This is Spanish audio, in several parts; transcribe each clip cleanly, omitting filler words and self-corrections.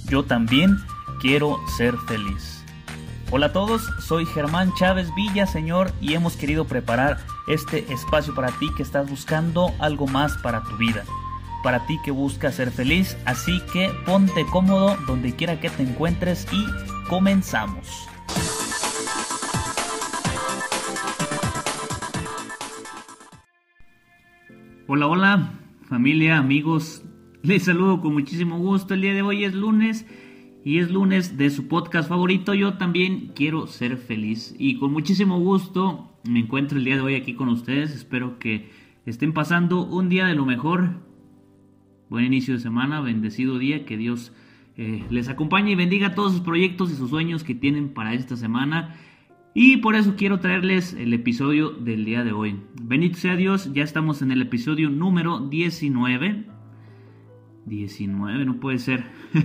yo también quiero ser feliz. Hola a todos, soy Germán Chávez Villaseñor y hemos querido preparar este espacio para ti que estás buscando algo más para tu vida, para ti que buscas ser feliz, así que ponte cómodo donde quiera que te encuentres y comenzamos. Hola, familia, amigos, les saludo con muchísimo gusto. El día de hoy es lunes y es lunes de su podcast favorito, Yo también quiero ser feliz. Y con muchísimo gusto me encuentro el día de hoy aquí con ustedes. Espero que estén pasando un día de lo mejor. Buen inicio de semana, bendecido día, que Dios les acompañe y bendiga todos sus proyectos y sus sueños que tienen para esta semana. Y por eso quiero traerles el episodio del día de hoy. Bendito sea Dios, ya estamos en el episodio número 19. 19, no puede ser.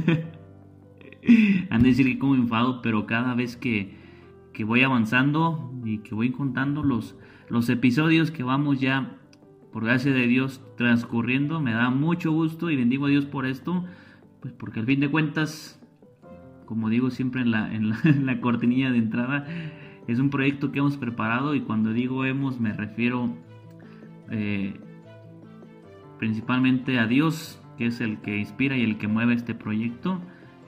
Han de decir que como enfado, pero cada vez que voy avanzando y que voy contando los episodios que vamos ya, por gracia de Dios, transcurriendo, me da mucho gusto y bendigo a Dios por esto, pues porque al fin de cuentas, como digo siempre en la cortinilla de entrada, es un proyecto que hemos preparado, y cuando digo hemos me refiero principalmente a Dios, que es el que inspira y el que mueve este proyecto.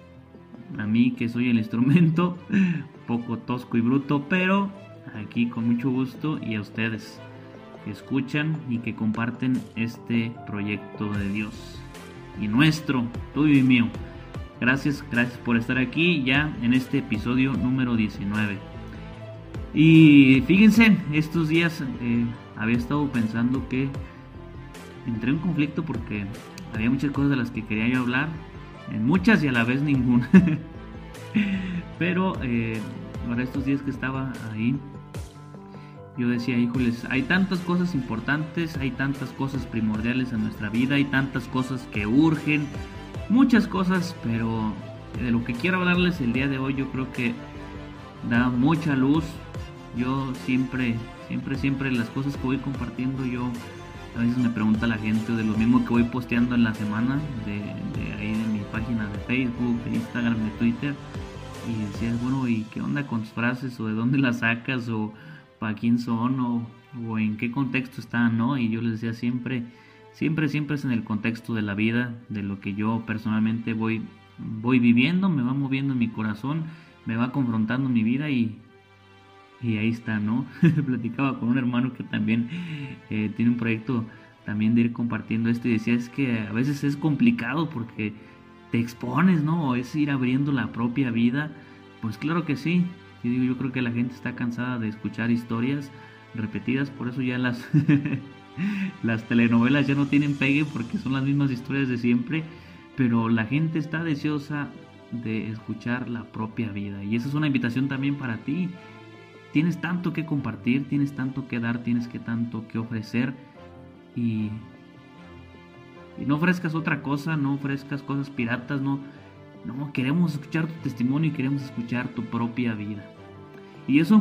A mí, que soy el instrumento, poco tosco y bruto, pero aquí con mucho gusto, y a ustedes que escuchan y que comparten este proyecto de Dios y nuestro, tuyo y mío. Gracias por estar aquí ya en este episodio número 19. Y fíjense, estos días había estado pensando que entré en conflicto porque había muchas cosas de las que quería yo hablar, en muchas y a la vez ninguna. Pero ahora estos días que estaba ahí, yo decía, híjoles, hay tantas cosas importantes, hay tantas cosas primordiales en nuestra vida, hay tantas cosas que urgen, muchas cosas, pero de lo que quiero hablarles el día de hoy yo creo que da mucha luz. Yo siempre las cosas que voy compartiendo, yo a veces me pregunta la gente de lo mismo que voy posteando en la semana, de ahí de mi página de Facebook, de Instagram, de Twitter, y decías, bueno, ¿y qué onda con tus frases? ¿O de dónde las sacas? ¿O para quién son? ¿O en qué contexto están? ¿No? Y yo les decía, siempre es en el contexto de la vida, de lo que yo personalmente voy viviendo, me va moviendo en mi corazón, me va confrontando en mi vida, y ahí está, ¿no? Platicaba con un hermano que también tiene un proyecto también de ir compartiendo esto, y decía, es que a veces es complicado porque te expones, ¿no? O es ir abriendo la propia vida. Pues claro que sí. Yo creo que la gente está cansada de escuchar historias repetidas, por eso ya las telenovelas ya no tienen pegue, porque son las mismas historias de siempre, pero la gente está deseosa de escuchar la propia vida, y esa es una invitación también para ti. Tienes tanto que compartir, tienes tanto que dar, tienes tanto que ofrecer, y no ofrezcas otra cosa, no ofrezcas cosas piratas, no, queremos escuchar tu testimonio y queremos escuchar tu propia vida. Y eso,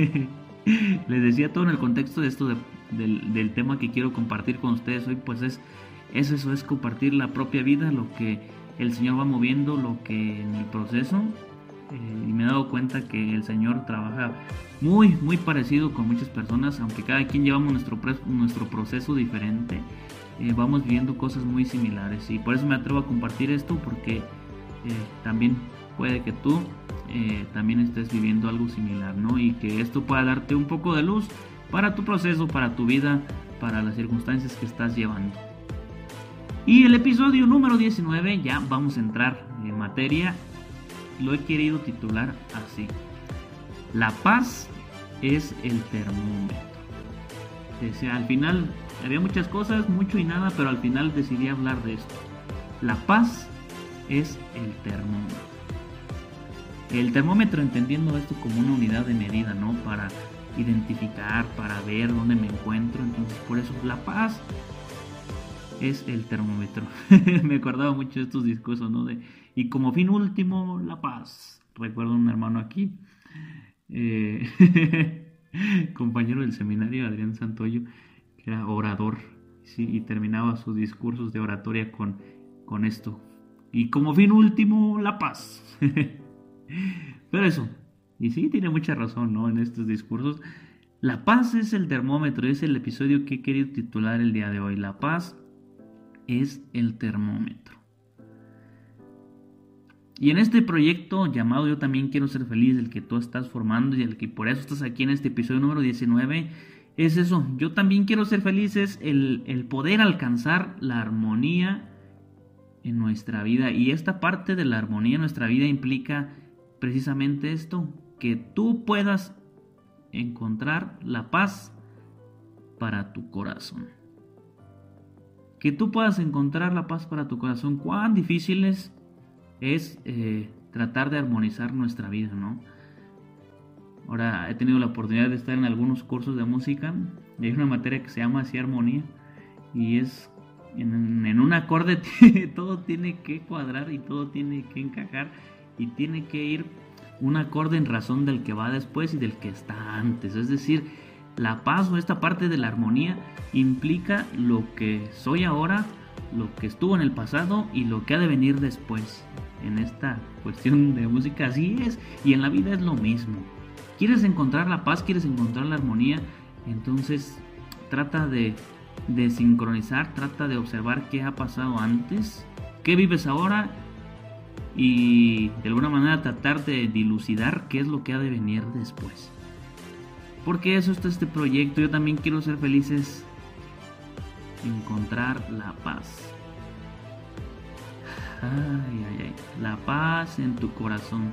les decía, todo en el contexto de esto del tema que quiero compartir con ustedes hoy, pues es eso, es compartir la propia vida, lo que el Señor va moviendo, lo que en el proceso. Y me he dado cuenta que el Señor trabaja muy parecido con muchas personas, aunque cada quien llevamos nuestro proceso diferente, vamos viviendo cosas muy similares, y por eso me atrevo a compartir esto, porque también puede que tú también estés viviendo algo similar, ¿no? Y que esto pueda darte un poco de luz para tu proceso, para tu vida, para las circunstancias que estás llevando. Y el episodio número 19, ya vamos a entrar en materia. Lo he querido titular así: la paz es el termómetro. Decía, al final había muchas cosas, mucho y nada, pero al final decidí hablar de esto. La paz es el termómetro. El termómetro, entendiendo esto como una unidad de medida, ¿no? Para identificar, para ver dónde me encuentro. Entonces, por eso la paz es el termómetro. Me acordaba mucho de estos discursos, ¿no? Y como fin último, la paz. Recuerdo un hermano aquí, compañero del seminario, Adrián Santoyo, que era orador, ¿sí? Y terminaba sus discursos de oratoria con esto: Y como fin último, la paz. Pero eso, y sí, tiene mucha razón, ¿no? En estos discursos. La paz es el termómetro, es el episodio que he querido titular el día de hoy. La paz es el termómetro. Y en este proyecto llamado Yo también quiero ser feliz, el que tú estás formando y el que por eso estás aquí en este episodio número 19, es eso. Yo también quiero ser feliz, es el poder alcanzar la armonía en nuestra vida. Y esta parte de la armonía en nuestra vida implica precisamente esto, que tú puedas encontrar la paz para tu corazón. Que tú puedas encontrar la paz para tu corazón. Cuán difícil es tratar de armonizar nuestra vida, ¿no? Ahora he tenido la oportunidad de estar en algunos cursos de música y hay una materia que se llama así armonía y es en un acorde todo tiene que cuadrar y todo tiene que encajar y tiene que ir un acorde en razón del que va después y del que está antes. Es decir, la paz o esta parte de la armonía implica lo que soy ahora, lo que estuvo en el pasado y lo que ha de venir después. En esta cuestión de música así es, y en la vida es lo mismo. ¿Quieres encontrar la paz? ¿Quieres encontrar la armonía? Entonces trata de sincronizar, trata de observar qué ha pasado antes, qué vives ahora y de alguna manera tratar de dilucidar qué es lo que ha de venir después. Porque eso está este proyecto. Yo también quiero ser feliz, es encontrar la paz. Ay, la paz en tu corazón.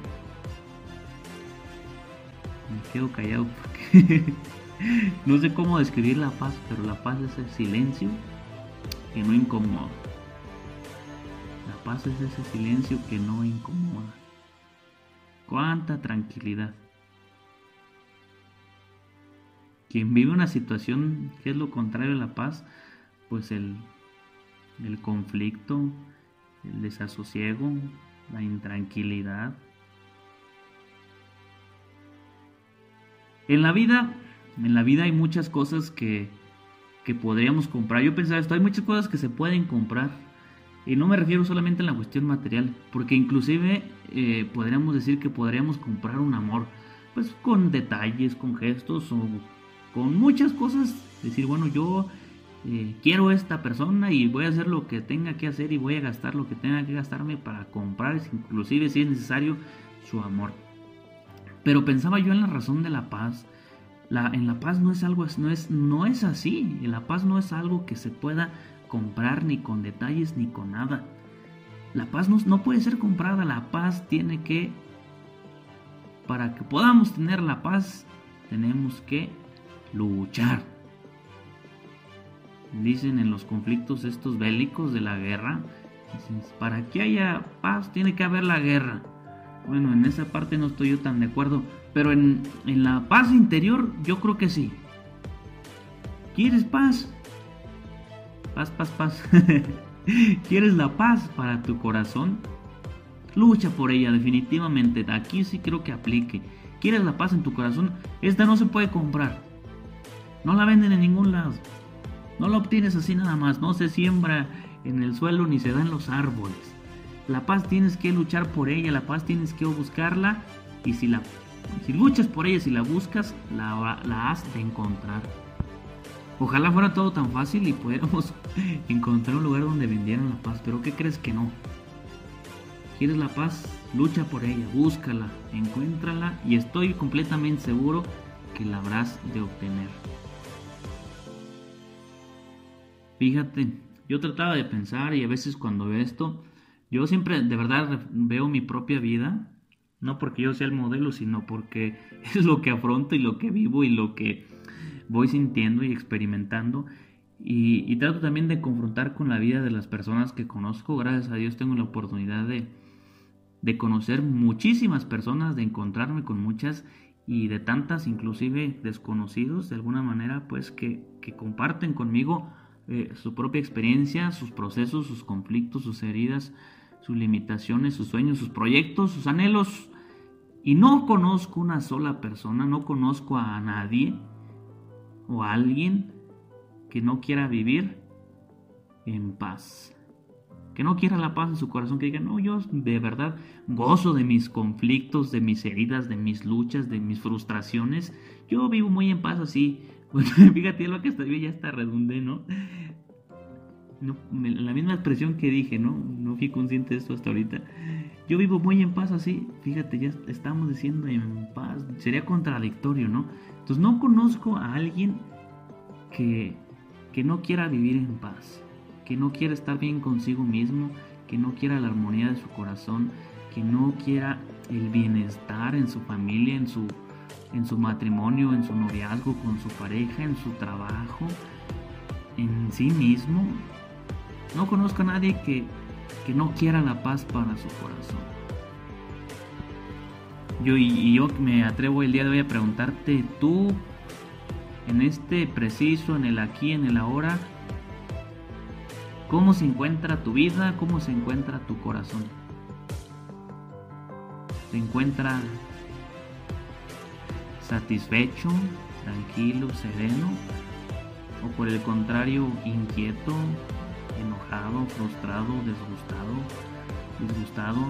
Me quedo callado porque no sé cómo describir la paz, pero la paz es el silencio que no incomoda. La paz es ese silencio que no incomoda. Cuánta tranquilidad. Quien vive una situación que es lo contrario a la paz, pues el conflicto, el desasosiego, la intranquilidad. En la vida hay muchas cosas que podríamos comprar. Yo pensaba esto, hay muchas cosas que se pueden comprar. Y no me refiero solamente a la cuestión material, porque inclusive podríamos decir que podríamos comprar un amor, pues con detalles, con gestos o con muchas cosas. Decir, bueno, yo quiero a esta persona y voy a hacer lo que tenga que hacer y voy a gastar lo que tenga que gastarme para comprar, inclusive si es necesario, su amor. Pero pensaba yo en la razón de la paz. En la paz no es algo, no es así. La paz no es algo que se pueda comprar ni con detalles ni con nada. La paz no puede ser comprada. La paz tiene que, para que podamos tener la paz, tenemos que luchar. Dicen en los conflictos estos bélicos de la guerra, dicen, para que haya paz tiene que haber la guerra. Bueno, en esa parte no estoy yo tan de acuerdo, pero en la paz interior yo creo que sí. ¿Quieres paz? Paz. ¿Quieres la paz para tu corazón? Lucha por ella, definitivamente. Aquí sí creo que aplique. ¿Quieres la paz en tu corazón? Esta no se puede comprar. No la venden en ningún lado. No la obtienes así nada más. No se siembra en el suelo ni se da en los árboles. La paz tienes que luchar por ella. La paz tienes que buscarla. Y si luchas por ella, si la buscas, la has de encontrar. Ojalá fuera todo tan fácil y pudiéramos encontrar un lugar donde vendieran la paz. Pero ¿qué crees que no? ¿Quieres la paz? Lucha por ella, búscala, encuéntrala y estoy completamente seguro que la habrás de obtener. Fíjate, yo trataba de pensar y a veces cuando veo esto, yo siempre de verdad veo mi propia vida, no porque yo sea el modelo, sino porque es lo que afronto y lo que vivo y lo que voy sintiendo y experimentando. Y trato también de confrontar con la vida de las personas que conozco. Gracias a Dios tengo la oportunidad de conocer muchísimas personas, de encontrarme con muchas y de tantas inclusive desconocidos de alguna manera, pues que comparten conmigo su propia experiencia, sus procesos, sus conflictos, sus heridas, sus limitaciones, sus sueños, sus proyectos, sus anhelos. Y no conozco una sola persona, no conozco a nadie o a alguien que no quiera vivir en paz. que no quiera la paz en su corazón, que diga, no, yo de verdad gozo de mis conflictos, de mis heridas, de mis luchas, de mis frustraciones. Yo vivo muy en paz así. Pues, fíjate lo que estoy, ya está redundé, ¿no? No, la misma expresión que dije, ¿no? No fui consciente de esto hasta ahorita. Yo vivo muy en paz así. Fíjate, ya estamos diciendo en paz. Sería contradictorio, ¿no? Entonces no conozco a alguien que, que no quiera vivir en paz, que no quiera estar bien consigo mismo, que no quiera la armonía de su corazón, que no quiera el bienestar en su familia, en su matrimonio, en su noviazgo con su pareja, en su trabajo, en sí mismo. No conozco a nadie que no quiera la paz para su corazón. Yo me atrevo el día de hoy a preguntarte, tú, en este preciso, en el aquí, en el ahora, ¿cómo se encuentra tu vida? ¿Cómo se encuentra tu corazón? ¿Se encuentra satisfecho, tranquilo, sereno? ¿O por el contrario, inquieto, enojado, frustrado, disgustado,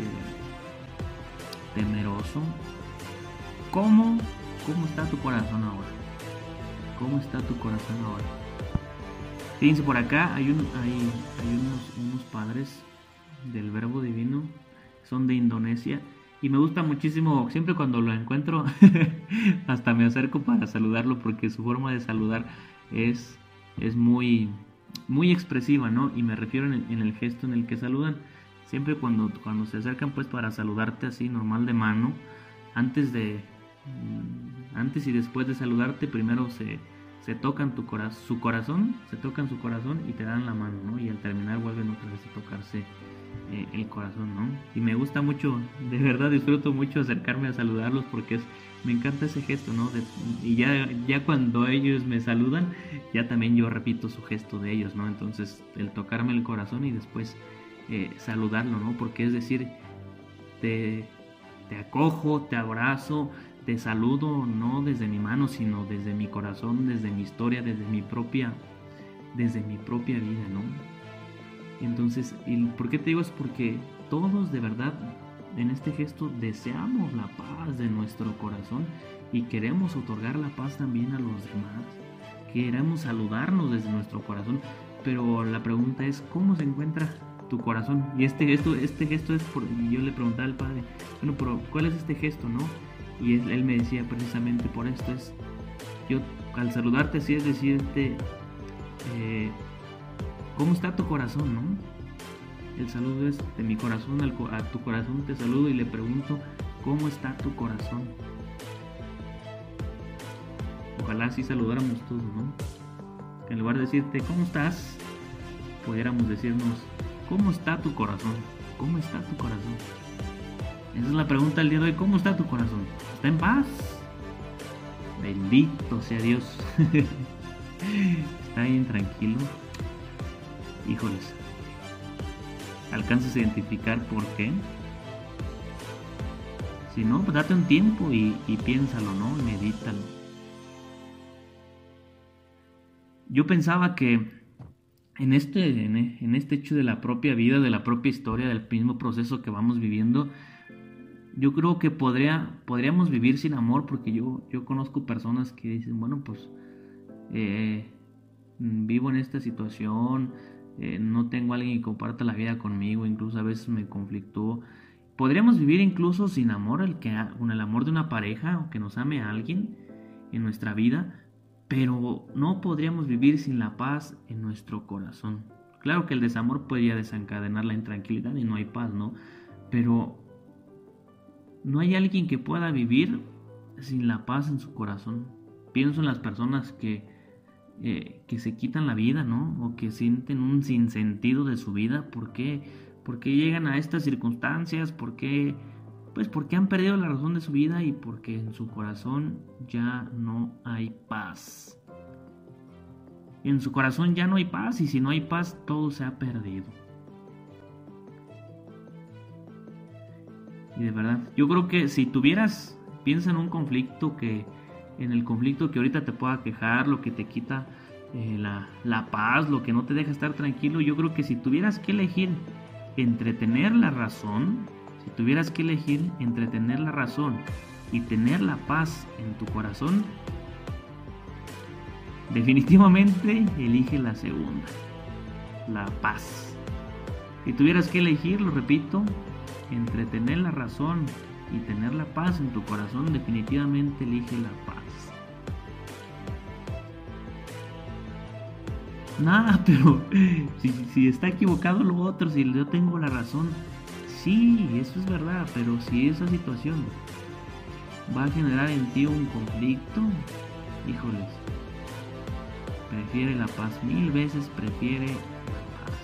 temeroso? ¿Cómo está tu corazón ahora? ¿Cómo está tu corazón ahora? Fíjense, por acá hay unos padres del Verbo Divino, son de Indonesia, y me gusta muchísimo, siempre cuando lo encuentro, hasta me acerco para saludarlo, porque su forma de saludar es muy, muy expresiva, ¿no? Y me refiero en el gesto en el que saludan. Siempre cuando se acercan, pues, para saludarte así normal de mano, antes y después de saludarte, primero se tocan su corazón, se tocan su corazón y te dan la mano, ¿no? Y al terminar vuelven otra vez a tocarse el corazón, ¿no? Y me gusta mucho, de verdad disfruto mucho acercarme a saludarlos, porque me encanta ese gesto, ¿no? Y ya cuando ellos me saludan, ya también yo repito su gesto de ellos, ¿no? Entonces, el tocarme el corazón y después saludarlo, ¿no? Porque es decir, te acojo, te abrazo, te saludo, no desde mi mano, sino desde mi corazón, desde mi historia, desde mi propia vida, ¿no? Entonces, ¿por qué te digo? Es porque todos de verdad en este gesto deseamos la paz de nuestro corazón y queremos otorgar la paz también a los demás. Queremos saludarnos desde nuestro corazón, pero la pregunta es, ¿cómo se encuentra tu corazón? Y este gesto es yo le preguntaba al padre, bueno, pero ¿cuál es este gesto, no? Y él me decía precisamente por esto, yo al saludarte así es decirte, ¿cómo está tu corazón, no? El saludo es de mi corazón a tu corazón, te saludo y le pregunto, ¿cómo está tu corazón? Ojalá así saludáramos todos, ¿no? Que en lugar de decirte, ¿cómo estás?, pudiéramos decirnos, ¿cómo está tu corazón? ¿Cómo está tu corazón? Esa es la pregunta del día de hoy. ¿Cómo está tu corazón? ¿Está en paz? Bendito sea Dios. ¿Está bien tranquilo? Híjoles, ¿alcanzas a identificar por qué? Si no, pues date un tiempo y piénsalo, ¿no? Medítalo. Yo pensaba que en este hecho de la propia vida, de la propia historia, del mismo proceso que vamos viviendo, yo creo que podríamos vivir sin amor, porque yo conozco personas que dicen, bueno, pues vivo en esta situación, no tengo a alguien que comparta la vida conmigo, incluso a veces me conflictúo. Podríamos vivir incluso sin amor, con el amor de una pareja, o que nos ame a alguien en nuestra vida, pero no podríamos vivir sin la paz en nuestro corazón. Claro que el desamor podría desencadenar la intranquilidad y no hay paz, ¿no? Pero no hay alguien que pueda vivir sin la paz en su corazón. Pienso en las personas que se quitan la vida, ¿no? O que sienten un sinsentido de su vida. ¿Por qué? ¿Por qué llegan a estas circunstancias? ¿Por qué? Pues porque han perdido la razón de su vida y porque en su corazón ya no hay paz. En su corazón ya no hay paz, y si no hay paz, todo se ha perdido. Y de verdad, yo creo que si piensa en un conflicto en el conflicto que ahorita te pueda quejar, lo que te quita la paz, lo que no te deja estar tranquilo. Yo creo que si tuvieras que elegir entre tener la razón, si tuvieras que elegir entre tener la razón y tener la paz en tu corazón, definitivamente elige la segunda, la paz. Si tuvieras que elegir, lo repito, entre tener la razón y tener la paz en tu corazón, definitivamente elige la paz. Nada, pero si está equivocado lo otro, si yo tengo la razón, sí, eso es verdad, pero si esa situación va a generar en ti un conflicto, híjoles, prefiere la paz, 1000 veces prefiere la paz.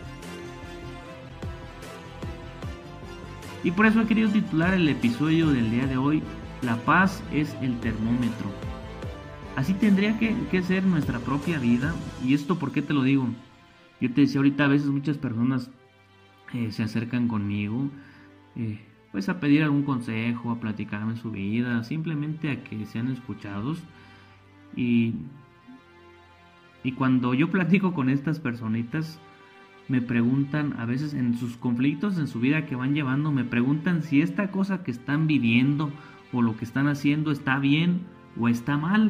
Y por eso he querido titular el episodio del día de hoy, La paz es el termómetro. Así tendría que ser nuestra propia vida. ¿Y esto por qué te lo digo? Yo te decía ahorita, a veces muchas personas se acercan conmigo pues a pedir algún consejo, a platicarme su vida, simplemente a que sean escuchados. Y cuando yo platico con estas personitas, me preguntan, a veces en sus conflictos en su vida que van llevando, me preguntan si esta cosa que están viviendo o lo que están haciendo está bien o está mal.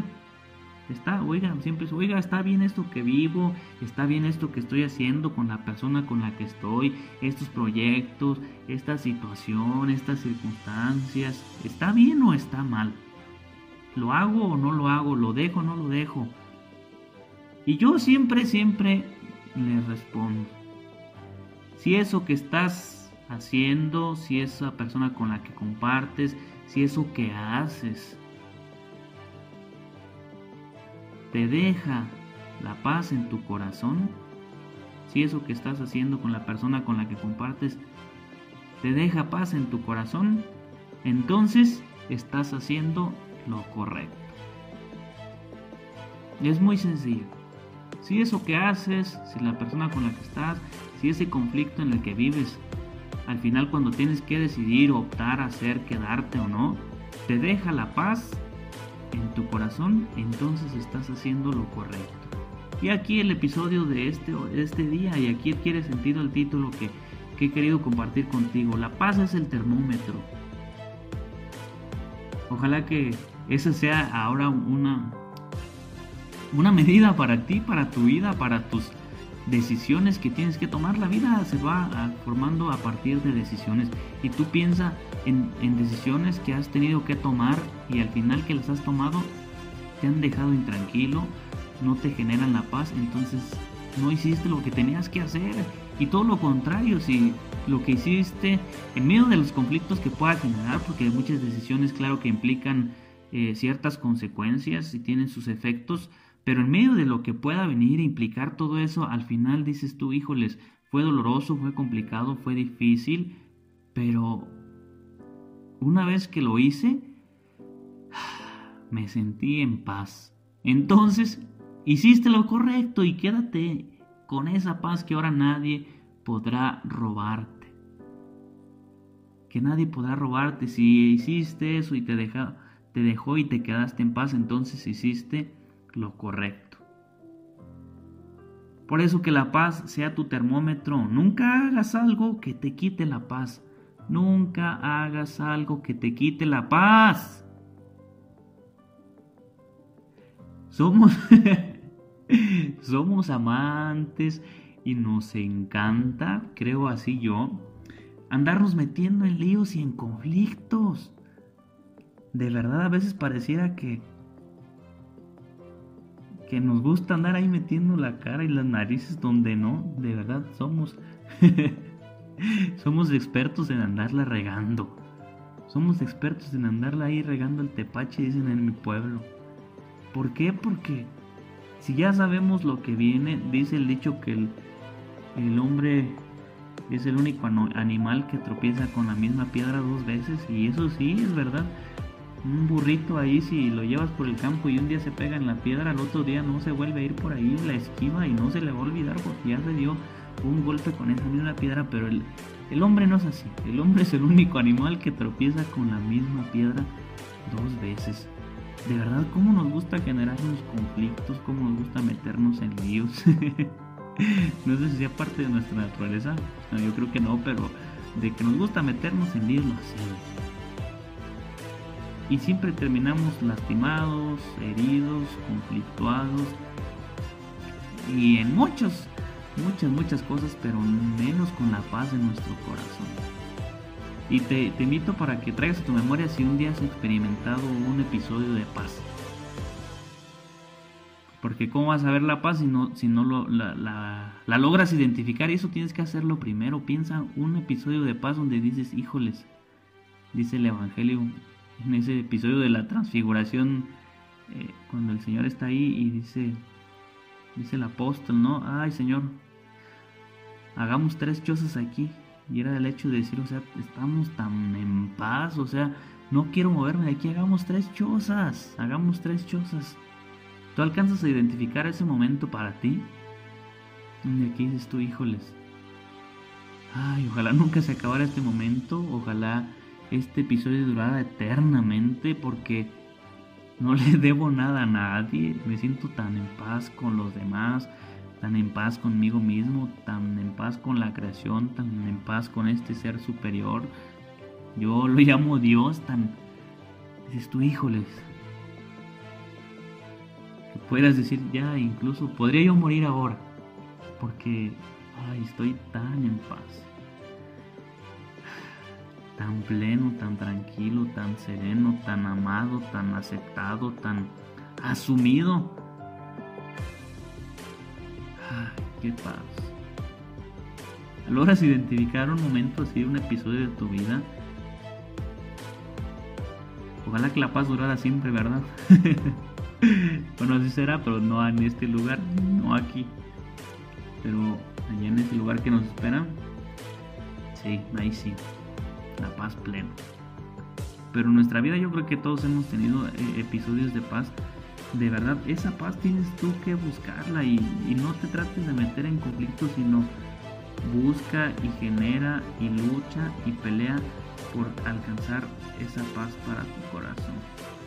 Oiga, está bien esto que vivo, está bien esto que estoy haciendo con la persona con la que estoy, estos proyectos, esta situación, estas circunstancias, ¿está bien o está mal? ¿Lo hago o no lo hago? ¿Lo dejo o no lo dejo? Y yo siempre les respondo, si eso que estás haciendo, si esa persona con la que compartes, si eso que haces te deja la paz en tu corazón, si eso que estás haciendo con la persona con la que compartes te deja paz en tu corazón, entonces estás haciendo lo correcto. Es muy sencillo. Si eso que haces, si la persona con la que estás, si ese conflicto en el que vives, al final cuando tienes que decidir, optar, hacer, quedarte o no, te deja la paz en tu corazón, entonces estás haciendo lo correcto. Y aquí el episodio de este día, y aquí adquiere sentido el título que he querido compartir contigo. La paz es el termómetro. Ojalá que esa sea ahora una medida para ti, para tu vida, para tus decisiones que tienes que tomar. La vida se va formando a partir de decisiones, y tú piensa en decisiones que has tenido que tomar y al final que las has tomado te han dejado intranquilo, no te generan la paz, entonces no hiciste lo que tenías que hacer. Y todo lo contrario, si lo que hiciste en medio de los conflictos que pueda generar, porque muchas decisiones claro que implican ciertas consecuencias y tienen sus efectos, pero en medio de lo que pueda venir a implicar todo eso, al final dices tú, híjoles, fue doloroso, fue complicado, fue difícil, pero una vez que lo hice, me sentí en paz. Entonces, hiciste lo correcto y quédate con esa paz que ahora nadie podrá robarte. Que nadie podrá robarte. Si hiciste eso y te dejó y te quedaste en paz, entonces hiciste lo correcto. Por eso que la paz sea tu termómetro. Nunca hagas algo que te quite la paz. Nunca hagas algo que te quite la paz. Somos amantes y nos encanta, creo así yo, andarnos metiendo en líos y en conflictos. De verdad, a veces pareciera que nos gusta andar ahí metiendo la cara y las narices donde no. De verdad, somos expertos en andarla regando. Somos expertos en andarla ahí regando el tepache, dicen en mi pueblo. ¿Por qué? Porque si ya sabemos lo que viene, dice el dicho que el hombre es el único animal que tropieza con la misma piedra 2 veces, y eso sí es verdad. Un burrito ahí, si lo llevas por el campo y un día se pega en la piedra, al otro día no se vuelve a ir por ahí, la esquiva y no se le va a olvidar porque ya se dio un golpe con esa misma piedra. Pero el hombre no es así. El hombre es el único animal que tropieza con la misma piedra 2 veces. De verdad, cómo nos gusta generarnos conflictos, cómo nos gusta meternos en líos. No sé si sea parte de nuestra naturaleza, no, yo creo que no, pero de que nos gusta meternos en líos lo hacemos. Y siempre terminamos lastimados, heridos, conflictuados y en muchas cosas, pero menos con la paz en nuestro corazón. Y te invito para que traigas a tu memoria si un día has experimentado un episodio de paz. Porque ¿cómo vas a ver la paz si no la logras identificar? Y eso tienes que hacerlo primero. Piensa un episodio de paz donde dices, híjoles, dice el Evangelio, en ese episodio de la transfiguración, cuando el Señor está ahí y dice el apóstol, ¿no? Ay, Señor, hagamos 3 chozas aquí. Y era el hecho de decir, o sea, estamos tan en paz, o sea, no quiero moverme de aquí, hagamos 3 chozas. ¿Tú alcanzas a identificar ese momento para ti? Donde aquí dices tú, híjoles, ay, ojalá nunca se acabara este momento, ojalá este episodio durara eternamente, porque no le debo nada a nadie, me siento tan en paz con los demás, tan en paz conmigo mismo, tan en paz con la creación, tan en paz con este ser superior. Yo lo llamo Dios, dices tú, híjoles, que puedas decir, ya incluso podría yo morir ahora, porque estoy tan en paz, tan pleno, tan tranquilo, tan sereno, tan amado, tan aceptado, tan asumido. ¡Qué paz! ¿Logras identificar un momento así, un episodio de tu vida? Ojalá que la paz durara siempre, ¿verdad? Bueno, así será, pero no en este lugar, no aquí. Pero allá en ese lugar que nos espera, sí, ahí sí, la paz plena. Pero en nuestra vida yo creo que todos hemos tenido episodios de paz. De verdad, esa paz tienes tú que buscarla y no te trates de meter en conflictos, sino busca y genera y lucha y pelea por alcanzar esa paz para tu corazón.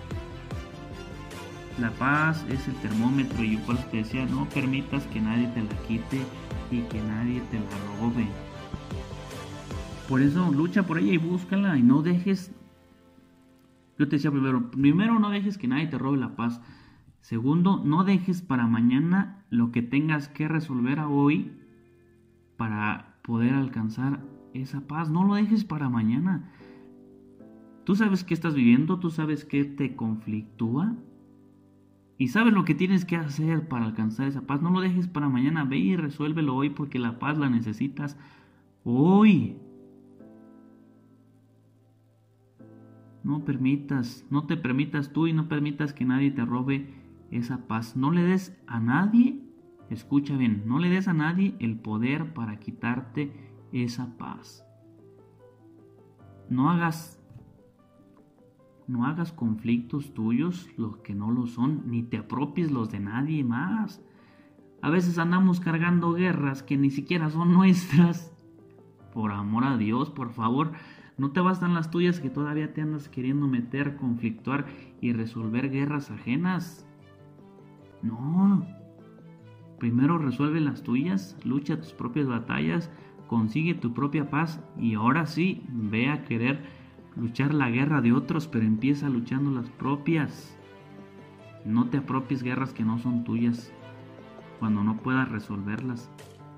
La paz es el termómetro y yo por eso te decía, no permitas que nadie te la quite y que nadie te la robe. Por eso lucha por ella y búscala y no dejes, yo te decía primero no dejes que nadie te robe la paz. Segundo, no dejes para mañana lo que tengas que resolver hoy para poder alcanzar esa paz. No lo dejes para mañana. Tú sabes qué estás viviendo, tú sabes qué te conflictúa y sabes lo que tienes que hacer para alcanzar esa paz. No lo dejes para mañana, ve y resuélvelo hoy porque la paz la necesitas hoy. No te permitas tú y no permitas que nadie te robe esa paz. No le des a nadie, escucha bien, no le des a nadie el poder para quitarte esa paz. No hagas conflictos tuyos los que no lo son, ni te apropies los de nadie más. A veces andamos cargando guerras que ni siquiera son nuestras. Por amor a Dios, por favor, no te bastan las tuyas que todavía te andas queriendo meter, conflictuar y resolver guerras ajenas. No, primero resuelve las tuyas, lucha tus propias batallas, consigue tu propia paz y ahora sí, ve a querer luchar la guerra de otros, pero empieza luchando las propias. No te apropies guerras que no son tuyas cuando no puedas resolverlas.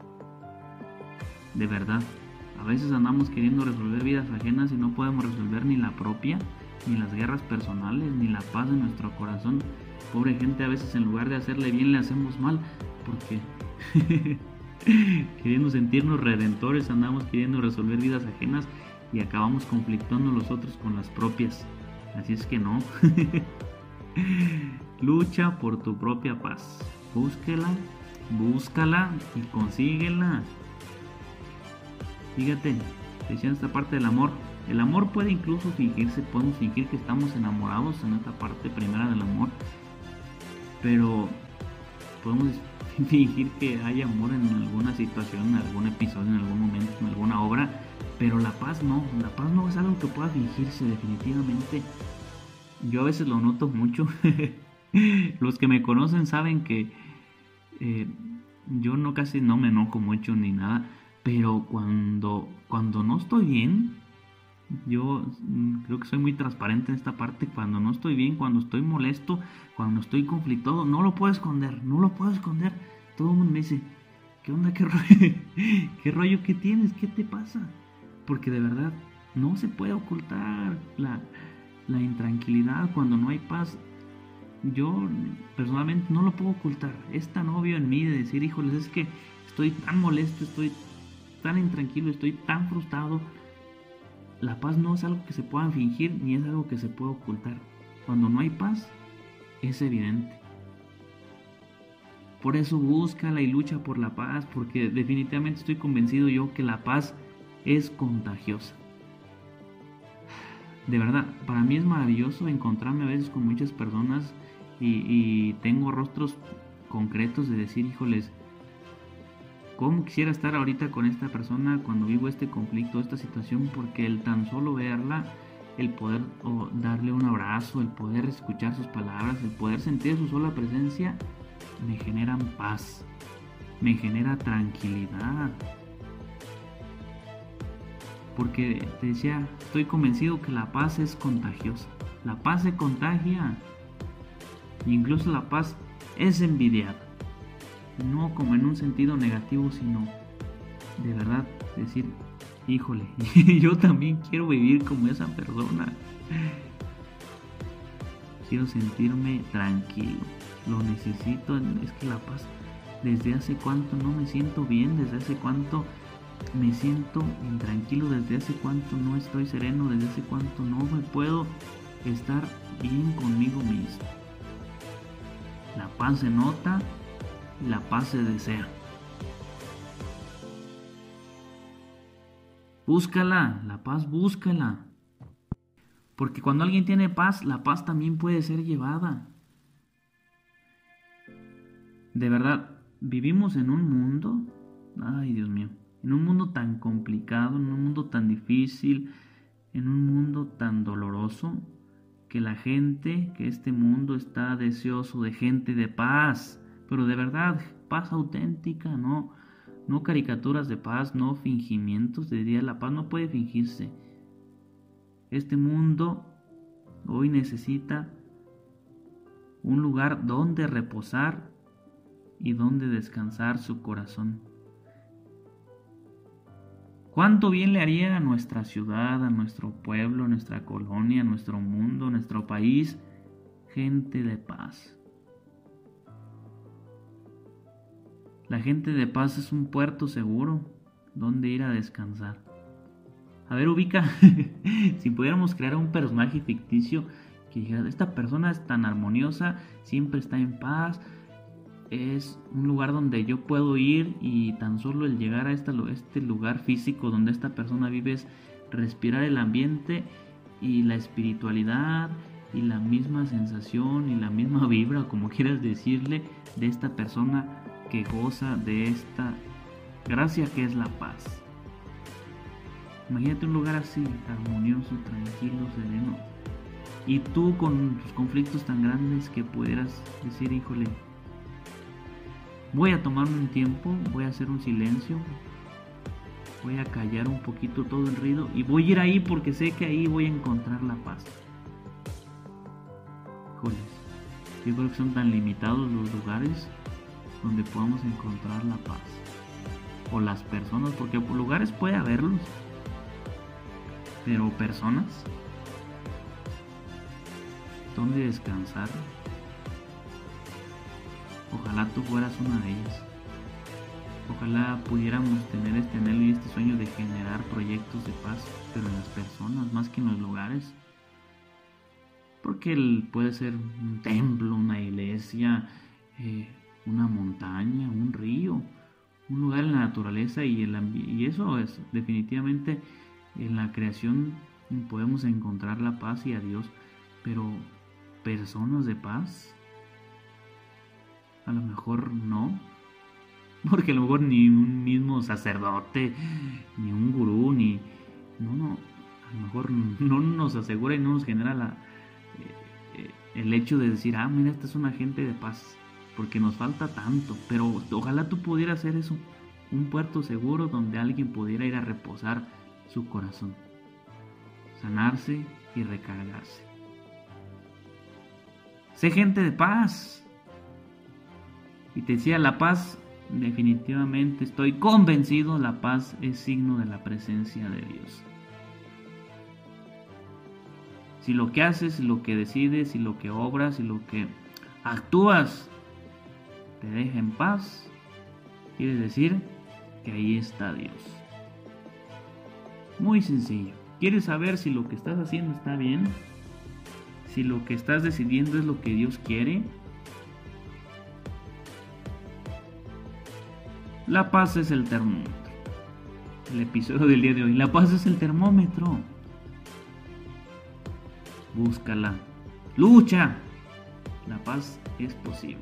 De verdad, a veces andamos queriendo resolver vidas ajenas y no podemos resolver ni la propia, ni las guerras personales, ni la paz de nuestro corazón. Pobre gente, a veces en lugar de hacerle bien le hacemos mal, porque queriendo sentirnos redentores andamos queriendo resolver vidas ajenas y acabamos conflictando los otros con las propias. Así es que no. Lucha por tu propia paz. Búscala y consíguela. Fíjate, decía esta parte del amor. El amor puede incluso fingirse, podemos fingir que estamos enamorados en esta parte primera del amor, pero podemos fingir que hay amor en alguna situación, en algún episodio, en algún momento, en alguna obra, pero la paz no es algo que pueda fingirse definitivamente. Yo a veces lo noto mucho. Los que me conocen saben que eh, yo no casi no me enojo mucho ni nada, pero cuando no estoy bien, yo creo que soy muy transparente en esta parte. Cuando no estoy bien, cuando estoy molesto, cuando estoy conflictuado, no lo puedo esconder, no lo puedo esconder. Todo el mundo me dice, ¿qué onda? ¿Qué rollo? ¿Qué rollo? ¿Qué tienes? ¿Qué te pasa? Porque de verdad no se puede ocultar la intranquilidad cuando no hay paz. Yo personalmente no lo puedo ocultar. Es tan obvio en mí de decir, híjoles, es que estoy tan molesto, estoy tan intranquilo, estoy tan frustrado. La paz no es algo que se pueda fingir ni es algo que se pueda ocultar. Cuando no hay paz, es evidente. Por eso búscala y lucha por la paz, porque definitivamente estoy convencido yo que la paz es contagiosa. De verdad, para mí es maravilloso encontrarme a veces con muchas personas y tengo rostros concretos de decir, híjoles, ¿cómo quisiera estar ahorita con esta persona cuando vivo este conflicto, esta situación? Porque el tan solo verla, el poder darle un abrazo, el poder escuchar sus palabras, el poder sentir su sola presencia, me generan paz, me genera tranquilidad. Porque te decía, estoy convencido que la paz es contagiosa. La paz se contagia. Incluso la paz es envidiada. No como en un sentido negativo, sino de verdad decir, híjole, yo también quiero vivir como esa persona. Quiero sentirme tranquilo. Lo necesito. Es que la paz, desde hace cuánto no me siento bien, desde hace cuánto me siento intranquilo, desde hace cuánto no estoy sereno, desde hace cuánto no me puedo estar bien conmigo mismo. La paz se nota, la paz se desea. Búscala, la paz búscala. Porque cuando alguien tiene paz, la paz también puede ser llevada. De verdad, vivimos en un mundo, ay Dios mío, en un mundo tan complicado, en un mundo tan difícil, en un mundo tan doloroso, que la gente, que este mundo está deseoso de gente de paz, pero de verdad, paz auténtica, no caricaturas de paz, no fingimientos. De día la paz no puede fingirse. Este mundo hoy necesita un lugar donde reposar y donde descansar su corazón. ¿Cuánto bien le haría a nuestra ciudad, a nuestro pueblo, a nuestra colonia, a nuestro mundo, a nuestro país, gente de paz? La gente de paz es un puerto seguro donde ir a descansar. A ver, ubica, si pudiéramos crear un personaje ficticio que dijera, esta persona es tan armoniosa, siempre está en paz, es un lugar donde yo puedo ir y tan solo el llegar a este lugar físico donde esta persona vive es respirar el ambiente y la espiritualidad y la misma sensación y la misma vibra, como quieras decirle, de esta persona que goza de esta gracia que es la paz. Imagínate un lugar así, armonioso, tranquilo, sereno, y tú con tus conflictos tan grandes que pudieras decir, híjole, voy a tomarme un tiempo, voy a hacer un silencio, voy a callar un poquito todo el ruido y voy a ir ahí porque sé que ahí voy a encontrar la paz. Híjoles, yo creo que son tan limitados los lugares donde podamos encontrar la paz. O las personas, porque lugares puede haberlos, pero personas, ¿dónde descansar? Ojalá tú fueras una de ellas. Ojalá pudiéramos tener este anhelo y este sueño de generar proyectos de paz, pero en las personas más que en los lugares. Porque puede ser un templo, una iglesia, una montaña, un río, un lugar en la naturaleza y eso es definitivamente en la creación podemos encontrar la paz y a Dios, pero personas de paz, a lo mejor no, porque a lo mejor ni un mismo sacerdote, ni un gurú, a lo mejor no nos asegura y no nos genera el hecho de decir, mira, esta es una gente de paz, porque nos falta tanto, pero ojalá tú pudieras hacer eso, un puerto seguro donde alguien pudiera ir a reposar su corazón, sanarse y recargarse. Sé gente de paz. Y te decía, la paz, definitivamente estoy convencido, la paz es signo de la presencia de Dios. Si lo que haces, si lo que decides, si lo que obras, si lo que actúas te deja en paz, quiere decir que ahí está Dios. Muy sencillo. ¿Quieres saber si lo que estás haciendo está bien? Si lo que estás decidiendo es lo que Dios quiere. La paz es el termómetro. El episodio del día de hoy. La paz es el termómetro. Búscala. Lucha. La paz es posible.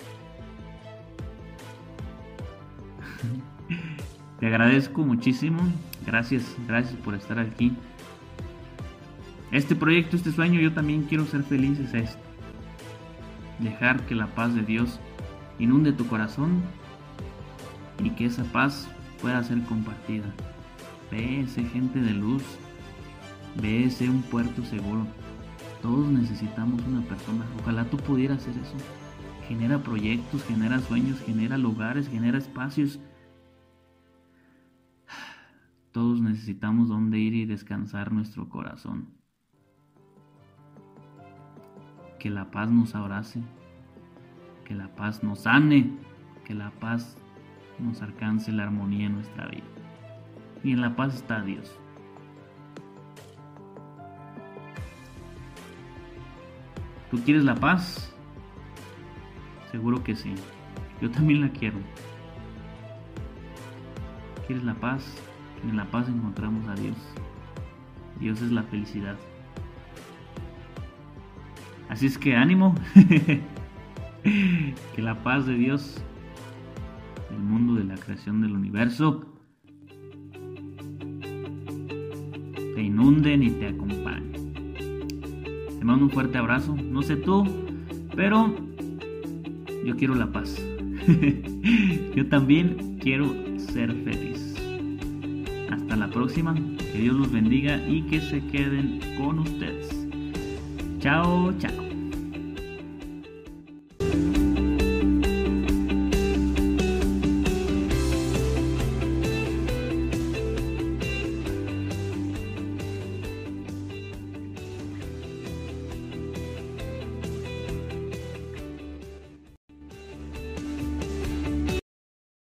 Te agradezco muchísimo. Gracias por estar aquí. Este proyecto, este sueño, yo también quiero ser feliz, es esto. Dejar que la paz de Dios inunde tu corazón y que esa paz pueda ser compartida. Ve, sé gente de luz. Ve, sé un puerto seguro. Todos necesitamos una persona. Ojalá tú pudieras hacer eso. Genera proyectos, genera sueños, genera lugares, genera espacios. Todos necesitamos dónde ir y descansar nuestro corazón. Que la paz nos abrace, que la paz nos sane, que la paz nos alcance la armonía en nuestra vida. Y en la paz está Dios. ¿Tú quieres la paz? Seguro que sí. Yo también la quiero. ¿Quieres la paz? En la paz encontramos a Dios. Dios es la felicidad. Así es que ánimo. Que la paz de Dios, el mundo de la creación del universo, te inunden y te acompañen. Te mando un fuerte abrazo. No sé tú, pero yo quiero la paz. Yo también quiero ser feliz. Hasta la próxima. Que Dios los bendiga y que se queden con ustedes. Chao, chao.